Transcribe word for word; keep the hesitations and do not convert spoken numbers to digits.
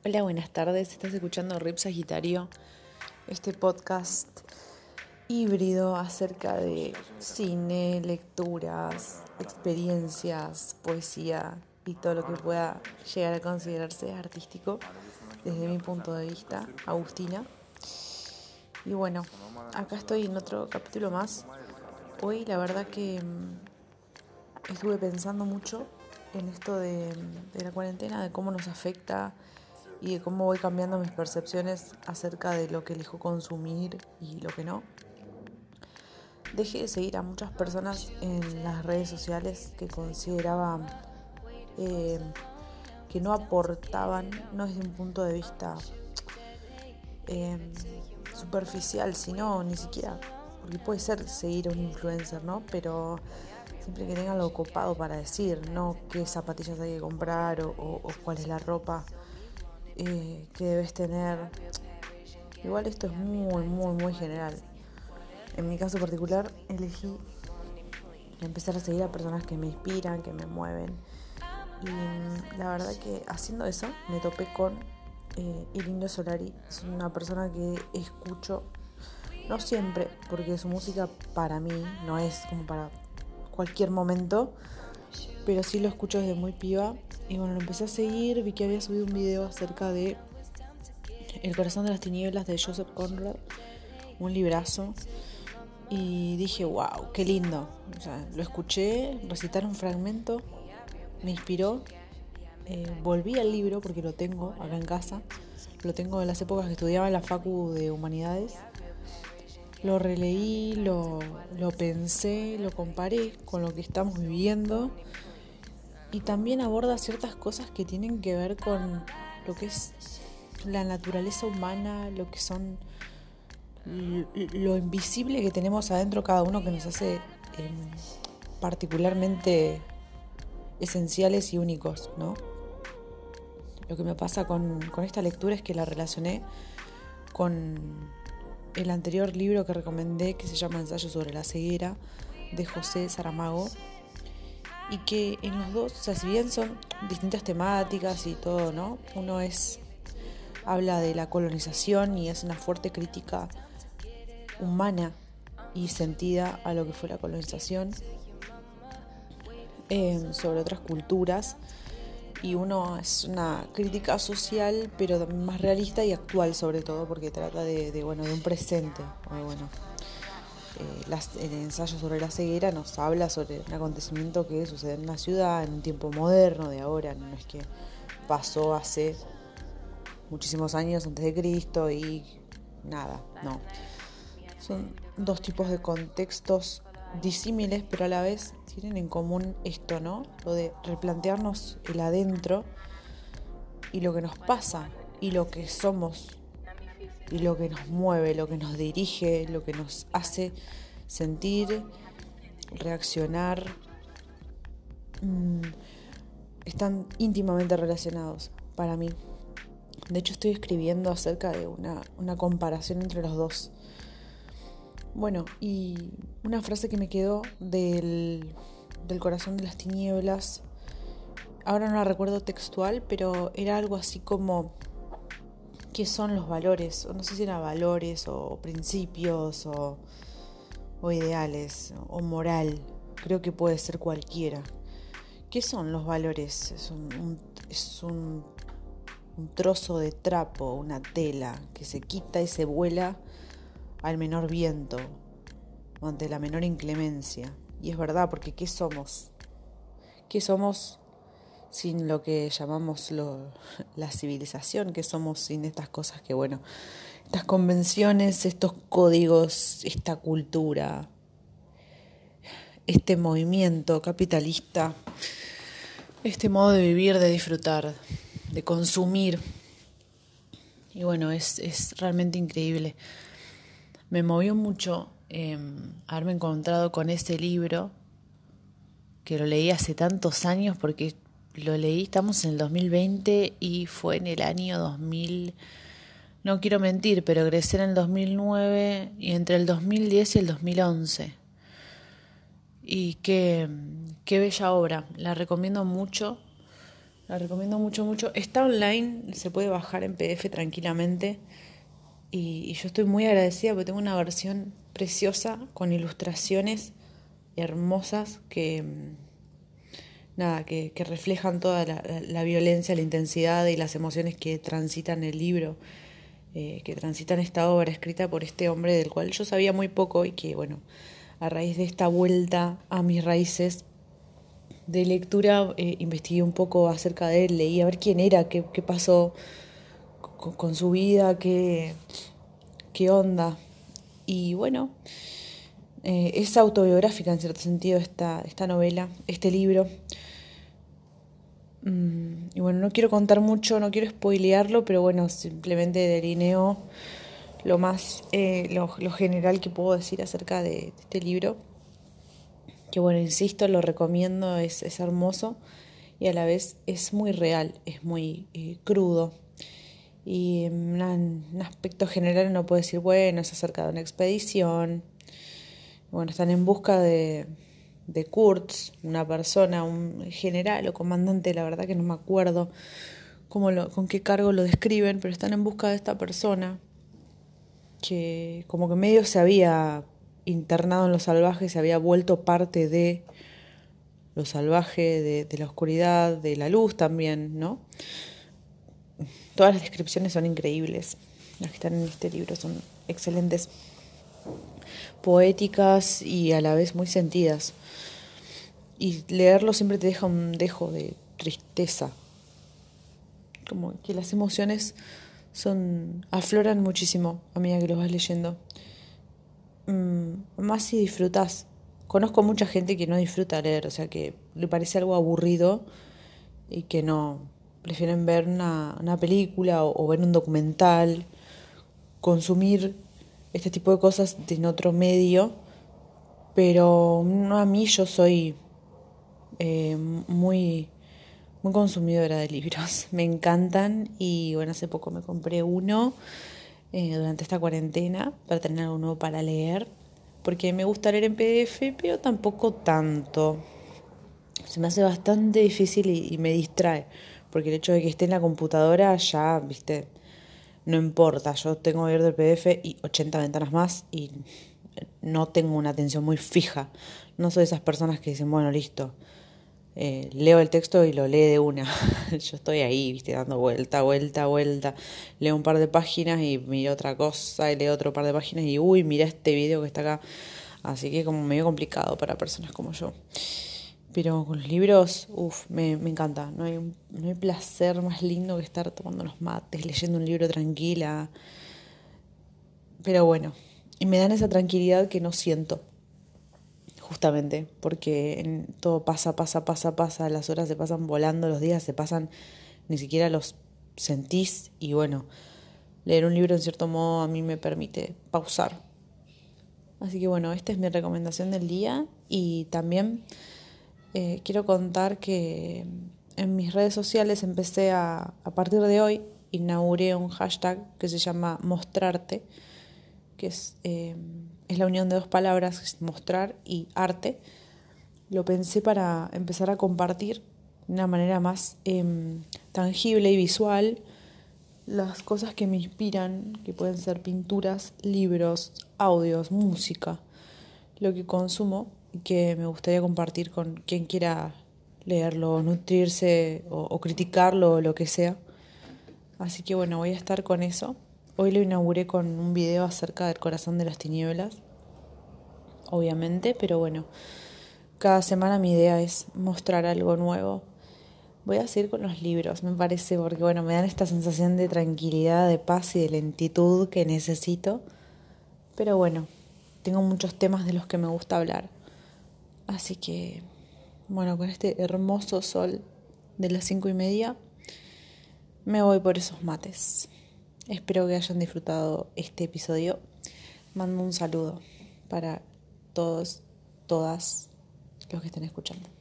Hola, buenas tardes. Estás escuchando Rip Sagitario, este podcast híbrido acerca de cine, lecturas, experiencias, poesía y todo lo que pueda llegar a considerarse artístico desde mi punto de vista, Agustina. Y bueno, acá estoy en otro capítulo más. Hoy la verdad que mm, estuve pensando mucho en esto de, de la cuarentena, de cómo nos afecta y de cómo voy cambiando mis percepciones acerca de lo que elijo consumir y lo que no. Dejé de seguir a muchas personas en las redes sociales que consideraba eh, que no aportaban, no desde un punto de vista eh, superficial, sino ni siquiera, porque puede ser seguir a un influencer, ¿no? Pero siempre que tenga algo copado para decir, no qué zapatillas hay que comprar o, o, o cuál es la ropa eh, que debes tener. Igual esto es muy, muy, muy general. En mi caso particular elegí empezar a seguir a personas que me inspiran, que me mueven. Y la verdad que haciendo eso me topé con eh, Irindo Solari. Es una persona que escucho, no siempre, porque su música para mí no es como para cualquier momento, pero sí lo escucho desde muy piba. Y bueno, lo empecé a seguir, vi que había subido un video acerca de El corazón de las tinieblas de Joseph Conrad, un librazo. Y dije, wow, qué lindo. O sea, lo escuché recitar un fragmento, me inspiró. Eh, volví al libro porque lo tengo acá en casa. Lo tengo de las épocas que estudiaba en la Facu de Humanidades. Lo releí, lo, lo pensé, lo comparé con lo que estamos viviendo. Y también aborda ciertas cosas que tienen que ver con lo que es la naturaleza humana, lo que son lo invisible que tenemos adentro cada uno, que nos hace eh, particularmente esenciales y únicos, ¿no? Lo que me pasa con, con esta lectura es que la relacioné con el anterior libro que recomendé, que se llama Ensayo sobre la ceguera, de José Saramago, y que en los dos, o sea, si bien son distintas temáticas y todo, ¿no? Uno es habla de la colonización y hace una fuerte crítica humana y sentida a lo que fue la colonización eh, sobre otras culturas, y uno es una crítica social pero también más realista y actual, sobre todo porque trata de, de, bueno, de un presente. Bueno, eh, las, el ensayo sobre la ceguera nos habla sobre un acontecimiento que sucede en una ciudad en un tiempo moderno de ahora, no es que pasó hace muchísimos años antes de Cristo y nada, no. Son dos tipos de contextos disímiles, pero a la vez tienen en común esto, ¿no? Lo de replantearnos el adentro y lo que nos pasa y lo que somos y lo que nos mueve, lo que nos dirige, lo que nos hace sentir, reaccionar. Mmm, están íntimamente relacionados para mí. De hecho, estoy escribiendo acerca de una, una comparación entre los dos. Bueno, y una frase que me quedó del, del corazón de las tinieblas, ahora no la recuerdo textual, pero era algo así como: ¿qué son los valores? O no sé si eran valores o principios o, o ideales o moral. Creo que puede ser cualquiera. ¿Qué son los valores? Es un, un, es un, un trozo de trapo, una tela que se quita y se vuela al menor viento o ante la menor inclemencia. Y es verdad, porque ¿qué somos? ¿Qué somos sin lo que llamamos lo, la civilización? ¿Qué somos sin estas cosas que, bueno, estas convenciones, estos códigos, esta cultura, este movimiento capitalista, este modo de vivir, de disfrutar, de consumir? Y bueno, es, es realmente increíble. Me movió mucho eh, haberme encontrado con ese libro, que lo leí hace tantos años, porque lo leí, estamos en el dos mil veinte y fue en el año dos mil, no quiero mentir, pero egresé en el dos mil nueve y entre el dos mil diez y el dos mil once. Y qué, qué bella obra, la recomiendo mucho. La recomiendo mucho, mucho. Está online, se puede bajar en P D F tranquilamente. Y, y yo estoy muy agradecida porque tengo una versión preciosa con ilustraciones hermosas que, nada, que, que reflejan toda la, la, la violencia, la intensidad y las emociones que transitan el libro, eh, que transitan esta obra escrita por este hombre del cual yo sabía muy poco y que, bueno, a raíz de esta vuelta a mis raíces de lectura, eh, investigué un poco acerca de él, leí a ver quién era, qué, qué pasó con, con su vida, qué, qué onda. Y bueno, eh, es autobiográfica en cierto sentido esta, esta novela, este libro. Mm, y bueno, no quiero contar mucho, no quiero spoilearlo, pero bueno, simplemente delineo lo más, eh, lo, lo general que puedo decir acerca de, de este libro. Que bueno, insisto, lo recomiendo, es, es hermoso y a la vez es muy real, es muy eh, crudo. Y en un aspecto general no puedo decir, bueno, es acerca de una expedición. Bueno, están en busca de, de Kurtz, una persona, un general o comandante, la verdad que no me acuerdo cómo lo, con qué cargo lo describen, pero están en busca de esta persona que como que medio se había internado en lo salvaje, se había vuelto parte de lo salvaje, de, de la oscuridad, de la luz también, ¿no? Todas las descripciones son increíbles, las que están en este libro son excelentes, poéticas y a la vez muy sentidas. Y leerlo siempre te deja un dejo de tristeza, como que las emociones son afloran muchísimo a medida que los vas leyendo. Mm, más si disfrutas. Conozco mucha gente que no disfruta leer, o sea, que le parece algo aburrido y que no prefieren ver una, una película o, o ver un documental, consumir este tipo de cosas en otro medio, pero no, a mí yo soy eh, muy, muy consumidora de libros, me encantan y bueno, hace poco me compré uno eh, durante esta cuarentena para tener algo nuevo para leer, porque me gusta leer en P D F, pero tampoco tanto. Se me hace bastante difícil y, y me distrae, porque el hecho de que esté en la computadora ya, viste, no importa. Yo tengo abierto el P D F y ochenta ventanas más y no tengo una atención muy fija. No soy de esas personas que dicen, bueno, listo, eh, leo el texto y lo lee de una. Yo estoy ahí, viste, dando vuelta, vuelta, vuelta. Leo un par de páginas y miro otra cosa y leo otro par de páginas y uy, mira este video que está acá. Así que como medio complicado para personas como yo. Pero con los libros, uff, me, me encanta. No hay, no hay placer más lindo que estar tomando unos mates, leyendo un libro tranquila. Pero bueno, y me dan esa tranquilidad que no siento, justamente, porque en, todo pasa, pasa, pasa, pasa, las horas se pasan volando, los días se pasan, ni siquiera los sentís. Y bueno, leer un libro en cierto modo a mí me permite pausar. Así que bueno, esta es mi recomendación del día y también... Eh, quiero contar que en mis redes sociales empecé a, a partir de hoy, inauguré un hashtag que se llama Mostrarte, que es, eh, es la unión de dos palabras, mostrar y arte. Lo pensé para empezar a compartir de una manera más eh, tangible y visual las cosas que me inspiran, que pueden ser pinturas, libros, audios, música, lo que consumo y que me gustaría compartir con quien quiera leerlo, nutrirse o, o criticarlo o lo que sea. Así que bueno, voy a estar con eso. Hoy lo inauguré con un video acerca del corazón de las tinieblas, obviamente, pero bueno, cada semana mi idea es mostrar algo nuevo. Voy a seguir con los libros, me parece, porque bueno, me dan esta sensación de tranquilidad, de paz y de lentitud que necesito. Pero bueno, tengo muchos temas de los que me gusta hablar. Así que, bueno, con este hermoso sol de las cinco y media, me voy por esos mates. Espero que hayan disfrutado este episodio. Mando un saludo para todos, todas los que estén escuchando.